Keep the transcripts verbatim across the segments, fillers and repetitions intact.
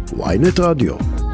ynet רדיו.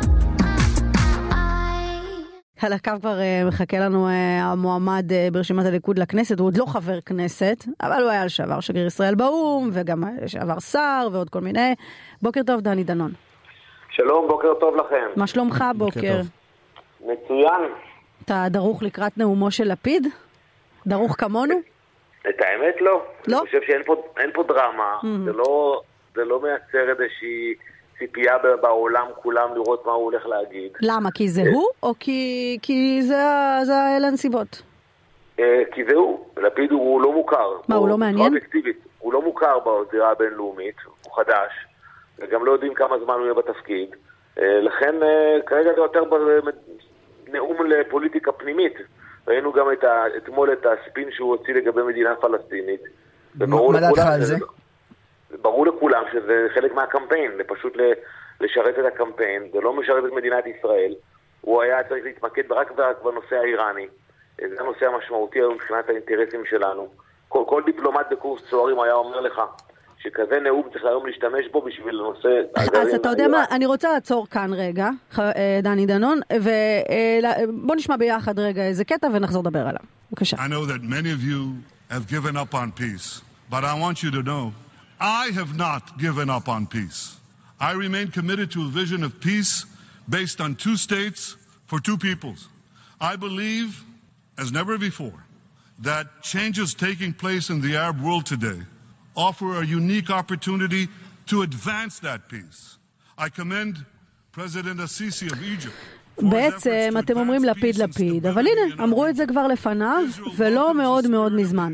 על הקו כבר מחכה לנו המועמד ברשימת הליכוד לכנסת, הוא עוד לא חבר כנסת, אבל הוא היה לשעבר שגריר ישראל באום, וגם לשעבר שר ועוד כל מיני. בוקר טוב דני דנון. שלום, בוקר טוב לכם. מה שלומך בוקר? מצוין. אתה דרוך לקראת נאומו של לפיד? דרוך כמונו? את האמת לא. לא? אני חושב שאין פה, אין פה דרמה, זה לא, זה לא מייצר איזושהי ציפייה בעולם כולם לראות מה הוא הולך להגיד. למה? כי זה הוא? או כי, כי זה, זה אלה הנסיבות? כי זה הוא. לפיד הוא לא מוכר. מה, הוא לא מעניין? הוא לא מוכר בזירה הבינלאומית, הוא חדש, וגם לא יודעים כמה זמן הוא יהיה בתפקיד. לכן כרגע זה יותר נאום לפוליטיקה פנימית. ראינו גם את ה, אתמול את הספין שהוא הוציא לגבי מדינה פלסטינית. מה דעתך על זה? ברור לכולם שזה חלק מהקמפיין, זה פשוט לשרת את הקמפיין, זה לא משרת את מדינת ישראל. הוא היה צריך להתמקד רק בנושא האיראני. זה הנושא המשמעותי היום מבחינת האינטרסים שלנו. כל, כל דיפלומט בקורס צוערים היה אומר לך שכזה נאום צריך היום להשתמש בו בשביל הנושא הגרעין. אז אתה יודע מה, אני רוצה לעצור כאן רגע, דני דנון, ובוא נשמע ביחד רגע איזה קטע ונחזור לדבר עליו. בבקשה. I know that many of you have given up on peace, but I want you to know I have not given up on peace. I remain committed to a vision of peace based on two states for two peoples. I believe, as never before, that changes taking place in the Arab world today offer a unique opportunity to advance that peace. I commend President Assisi of Egypt. בעצם אתם אומרים לפיד לפיד, אבל הנה, אמרו את זה כבר לפניו, ולא מאוד מאוד מזמן.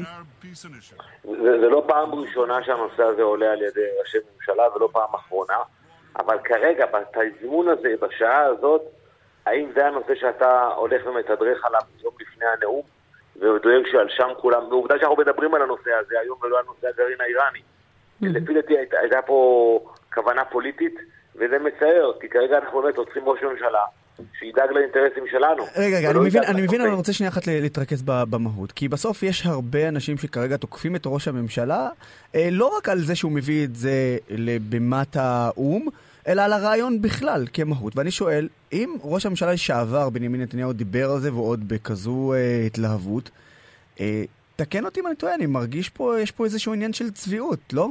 זה, זה לא פעם ראשונה שהנושא הזה עולה על ידי ראשי ממשלה, ולא פעם אחרונה, אבל כרגע, בתזמון הזה, בשעה הזאת, האם זה הנושא שאתה הולך ומתדרך עליו יום לפני הנאום, ודואג שעל שם כולם, ועובדה שאנחנו מדברים על הנושא הזה היום, ולא על נושא הגרעין האיראני. לפי דעתי הייתה פה כוונה פוליטית, וזה מצער, כי כרגע אנחנו באמת רוצים ראש ממשלה, שידאג לאינטרסים שלנו. רגע, רגע, אני מבין, אני מבין, אני רוצה שנייה אחת להתרכז במהות, כי בסוף יש הרבה אנשים שכרגע תוקפים את ראש הממשלה, לא רק על זה שהוא מביא את זה לבימת האום, אלא על הרעיון בכלל כמהות. ואני שואל, אם ראש הממשלה לשעבר בנימין נתניהו דיבר על זה ועוד בכזו אה, התלהבות, אה, תקן אותי אם אני טועה, אני מרגיש פה, יש פה איזשהו עניין של צביעות, לא?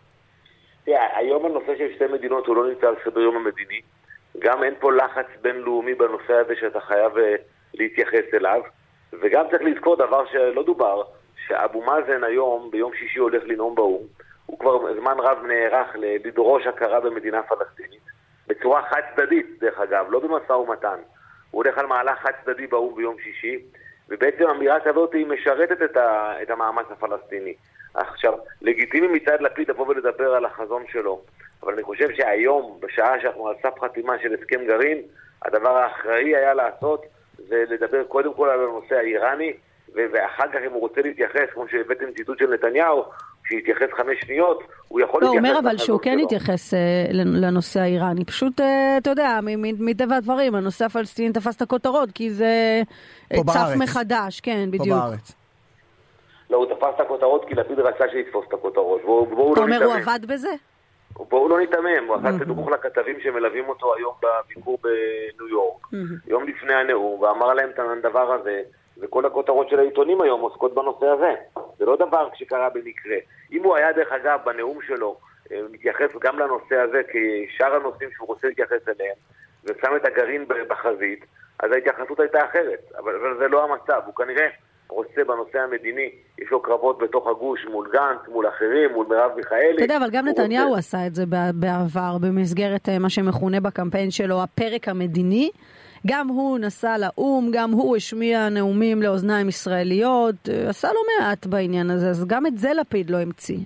תראה, היום הנושא של שתי מדינות הוא לא נמצא על סדר יום המדיני, גם אין פה לחץ בינלאומי בנושא הזה שאתה חייב להתייחס אליו, וגם צריך לזכור דבר שלא דובר, שאבו מאזן היום ביום שישי הולך לנאום באום, הוא כבר זמן רב נערך לדרוש הכרה במדינה פלסטינית, בצורה חד צדדית דרך אגב, לא במשא ומתן. הוא הולך על מהלך חד צדדי באום ביום שישי, ובעצם אמירה כזאת היא משרתת את, ה, את המאמץ הפלסטיני. עכשיו, לגיטימי מצד לפיד לבוא ולדבר על החזון שלו, אבל אני חושב שהיום, בשעה שאנחנו על סף חתימה של הסכם גרעין, הדבר האחראי היה לעשות זה לדבר קודם כל על הנושא האיראני, ואחר כך אם הוא רוצה להתייחס, כמו שהבאתם ציטוט של נתניהו, שיתייחס חמש שניות, הוא יכול להתייחס... לא, אומר אבל שהוא כן יתייחס לנושא האיראני. פשוט, אתה יודע, מטבע הדברים, הנושא הפלסטיני תפס את הכותרות, כי זה צף מחדש, כן, בדיוק. פה בארץ. לא, הוא תפס את הכותרות, כי לפיד רצה שיתפוס את הכותרות. אתה אומר, הוא עבד בזה? בואו לא ניתמם, הוא עבד תדרוך לכתבים שמלווים אותו היום בביקור בניו יורק, יום לפני הנאום, ואמר להם את הדבר הזה, וכל הכותרות של העיתונים היום עוסקות בנושא הזה. זה לא דבר שקרה במקרה. אם הוא היה דרך אגב בנאום שלו, מתייחס גם לנושא הזה כשאר הנושאים שהוא רוצה להתייחס אליהם, ושם את הגרעין בחזית, אז ההתייחסות הייתה אחרת. אבל, אבל זה לא המצב. הוא כנראה רוצה בנושא המדיני, יש לו קרבות בתוך הגוש מול גנץ, מול אחרים, מול מרב מיכאלי. אתה יודע, אבל גם נתניהו רוצה... עשה את זה בעבר, במסגרת מה שמכונה בקמפיין שלו, הפרק המדיני. גם הוא נסע לאום, גם הוא השמיע נאומים לאוזניים ישראליות, עשה לו מעט בעניין הזה, אז גם את זה לפיד לא המציא.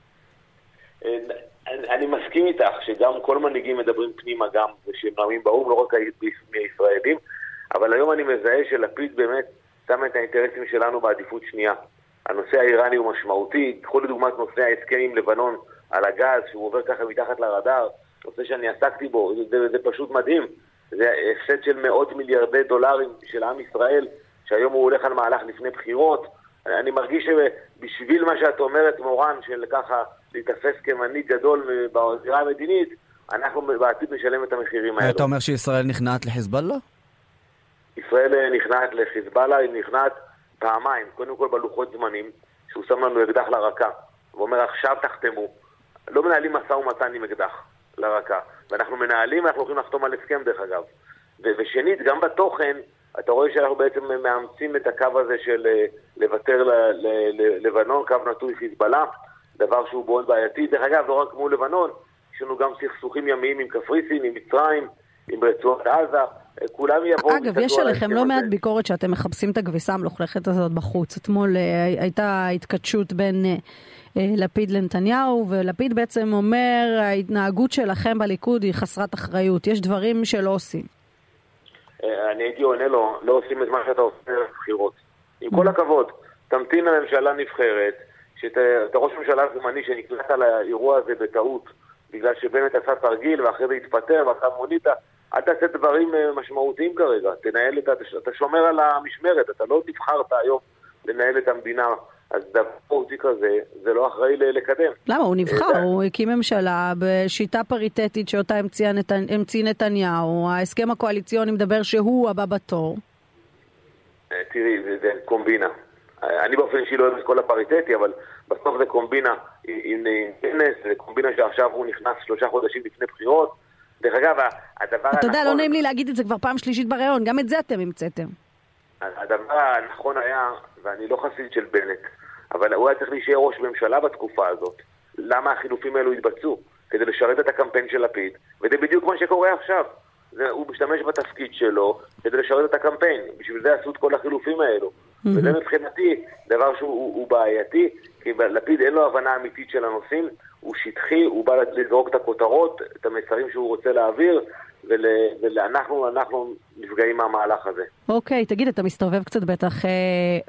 אני מסכים איתך שגם כל מנהיגים מדברים פנימה גם, ושהם נאומים באום, לא רק הישראלים, אבל היום אני מזהה שלפיד באמת שם את האינטרסים שלנו בעדיפות שנייה. הנושא האיראני הוא משמעותי, קחו לדוגמת נושא ההסכם עם לבנון על הגז, שהוא עובר ככה מתחת לרדאר, נושא שאני עסקתי בו, זה, זה פשוט מדהים. זה הפסד של מאות מיליארדי דולרים של עם ישראל, שהיום הוא הולך על מהלך לפני בחירות. אני מרגיש שבשביל מה שאת אומרת, מורן, של ככה להתאפס כמנהיג גדול בזירה המדינית, אנחנו בעתיד נשלם את המחירים האלו. אתה אומר שישראל נכנעת לחיזבאללה? ישראל נכנעת לחיזבאללה, היא נכנעת פעמיים. קודם כל בלוחות זמנים, שהוא שם לנו אקדח לרקה. הוא אומר, עכשיו תחתמו. לא מנהלים משא ומתן עם אקדח לרקה. ואנחנו מנהלים, אנחנו הולכים לחתום על הסכם דרך אגב. ושנית, גם בתוכן, אתה רואה שאנחנו בעצם מאמצים את הקו הזה של לוותר ללבנון, קו נטוי חיזבאללה, דבר שהוא מאוד בעייתי. דרך אגב, לא רק מול לבנון, יש לנו גם סכסוכים ימיים עם קפריסין, עם מצרים, עם רצועת עזה, כולם יבואו... אגב, יש עליכם לא מעט ביקורת שאתם מחפשים את הכביסה המלוכלכת הזאת בחוץ. אתמול הייתה התכתשות בין לפיד לנתניהו, ולפיד בעצם אומר, ההתנהגות שלכם בליכוד היא חסרת אחריות. יש דברים שלא עושים. אני הייתי עונה לו, לא עושים את מה שאתה עושה בבחירות. עם כל הכבוד, תמתין לממשלה נבחרת, שאתה ראש ממשלה זמני שנקלט על האירוע הזה בטעות, בגלל שבנט עשה תרגיל ואחרי זה התפטר ואתה מונית, אל תעשה דברים משמעותיים כרגע, תנהל את, אתה שומר על המשמרת, אתה לא נבחרת היום לנהל את המדינה, אז דבר פורטי כזה, זה לא אחראי לקדם. למה? הוא נבחר, הוא הקים ממשלה בשיטה פריטטית שאותה המציא נתניהו, ההסכם הקואליציוני מדבר שהוא הבא בתור. תראי, זה קומבינה. אני באופן אישי לא אוהב את כל הפריטטי, אבל בסוף זה קומבינה עם כנס, זה קומבינה שעכשיו הוא נכנס שלושה חודשים לפני בחירות. דרך אגב, הדבר הנכון... אתה יודע, לא נעים לי להגיד את זה כבר פעם שלישית ברעיון, גם את זה אתם המצאתם. הדבר הנכון היה, ואני לא חסיד של בנט, אבל הוא היה צריך להישאר ראש ממשלה בתקופה הזאת. למה החילופים האלו התבצעו? כדי לשרת את הקמפיין של לפיד, וזה בדיוק מה שקורה עכשיו. זה, הוא משתמש בתפקיד שלו כדי לשרת את הקמפיין. בשביל זה עשו את כל החילופים האלו. Mm-hmm. וזה מבחינתי דבר שהוא הוא, הוא בעייתי, כי לפיד אין לו הבנה אמיתית של הנושאים, הוא שטחי, הוא בא לזרוק את הכותרות, את המסרים שהוא רוצה להעביר, ול, ואנחנו אנחנו נפגעים מהמהלך הזה. אוקיי, תגיד, אתה מסתובב קצת בטח אה,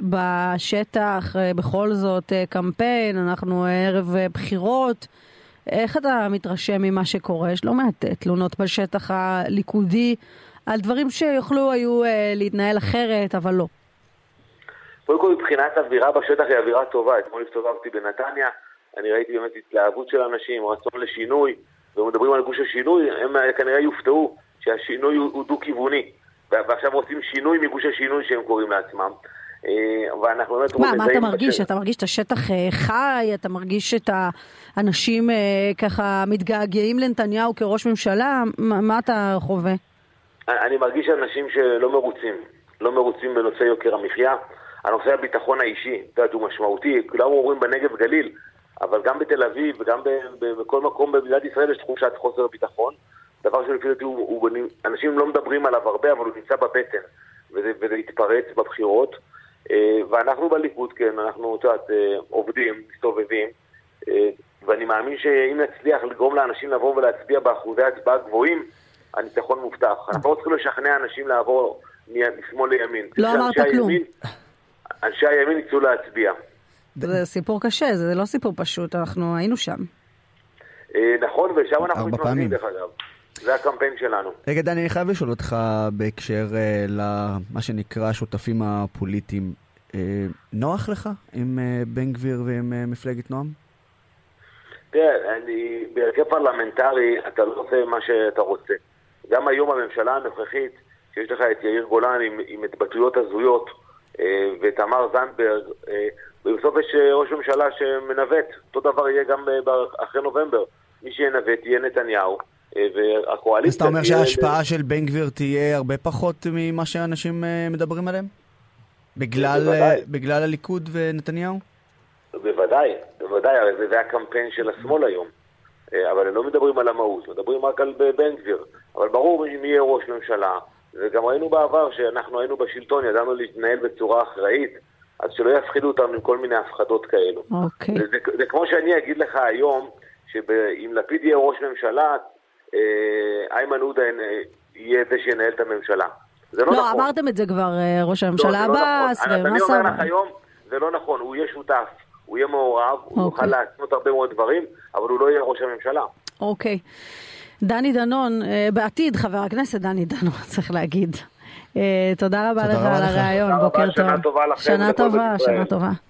בשטח, אה, בכל זאת אה, קמפיין, אנחנו ערב אה, בחירות, איך אתה מתרשם ממה שקורה? יש לא מעט תלונות בשטח הליכודי על דברים שיוכלו היו אה, להתנהל אחרת, אבל לא. קודם כל, מבחינת אווירה בשטח היא אווירה טובה. אתמול הסתובבתי בנתניה, אני ראיתי באמת התלהבות של אנשים, רצון לשינוי, ומדברים על גוש השינוי, הם כנראה יופתעו שהשינוי הוא דו-כיווני, ועכשיו רוצים שינוי מגוש השינוי שהם קוראים לעצמם. ואנחנו באמת מה, מה אתה מרגיש? אתה מרגיש את השטח חי? אתה מרגיש את האנשים ככה מתגעגעים לנתניהו כראש ממשלה? מה אתה חווה? אני מרגיש אנשים שלא מרוצים, לא מרוצים בנושא יוקר המחיה. הנושא הביטחון האישי, הוא משמעותי, כולם אומרים בנגב גליל, אבל גם בתל אביב וגם בכל מקום במדינת ישראל יש תחושת חוסר ביטחון, דבר שלפי דעתי אנשים לא מדברים עליו הרבה, אבל הוא נמצא בבטן, וזה, וזה התפרץ בבחירות, ואנחנו בליכוד, כן, אנחנו תעת, עובדים, מסתובבים, ואני מאמין שאם נצליח לגרום לאנשים לבוא ולהצביע באחוזי הצבעה גבוהים, הניצחון מובטח. אנחנו לא צריכים לשכנע אנשים לעבור משמאל לימין. לא אמרת כלום. אנשי הימין יצאו להצביע. זה סיפור קשה, זה לא סיפור פשוט, אנחנו היינו שם. נכון, ושם אנחנו מתמקדים דרך אגב. זה הקמפיין שלנו. רגע, דני, אני חייב לשאול אותך בהקשר למה שנקרא השותפים הפוליטיים. נוח לך עם בן גביר ועם מפלגת נועם? תראה, אני, בהרכב פרלמנטרי אתה לא עושה מה שאתה רוצה. גם היום הממשלה הנוכחית, שיש לך את יאיר גולן עם, עם התבטאויות הזויות, ותמר זנדברג, ובסוף יש ראש ממשלה שמנווט. אותו דבר יהיה גם אחרי נובמבר. מי שינווט יהיה נתניהו, והקואליציה... אז אתה אומר שההשפעה של בן גביר תהיה הרבה פחות ממה שאנשים מדברים עליהם? בגלל הליכוד ונתניהו? בוודאי, בוודאי, הרי זה הקמפיין של השמאל היום. אבל הם לא מדברים על המהות, מדברים רק על בן גביר. אבל ברור מי יהיה ראש ממשלה, וגם ראינו בעבר שאנחנו היינו בשלטון, ידענו להתנהל בצורה אחראית, אז שלא יפחידו אותנו עם כל מיני הפחדות כאלו. אוקיי. זה, זה כמו שאני אגיד לך היום, שאם לפיד יהיה ראש ממשלה, איימן עודה יהיה זה שינהל את הממשלה. זה לא, לא נכון. אמרתם את זה כבר, ראש הממשלה הבאס, לא נכון. אני אומר לך היום, זה לא נכון, הוא יהיה שותף, הוא יהיה מעורב, הוא יוכל לעשות הרבה מאוד דברים, אבל הוא לא יהיה ראש הממשלה. אוקיי. דני דנון, בעתיד חבר הכנסת דני דנון, צריך להגיד. תודה רבה לך על הרעיון, בוקר טוב. שנה טובה לכם. שנה טובה, שנה טובה.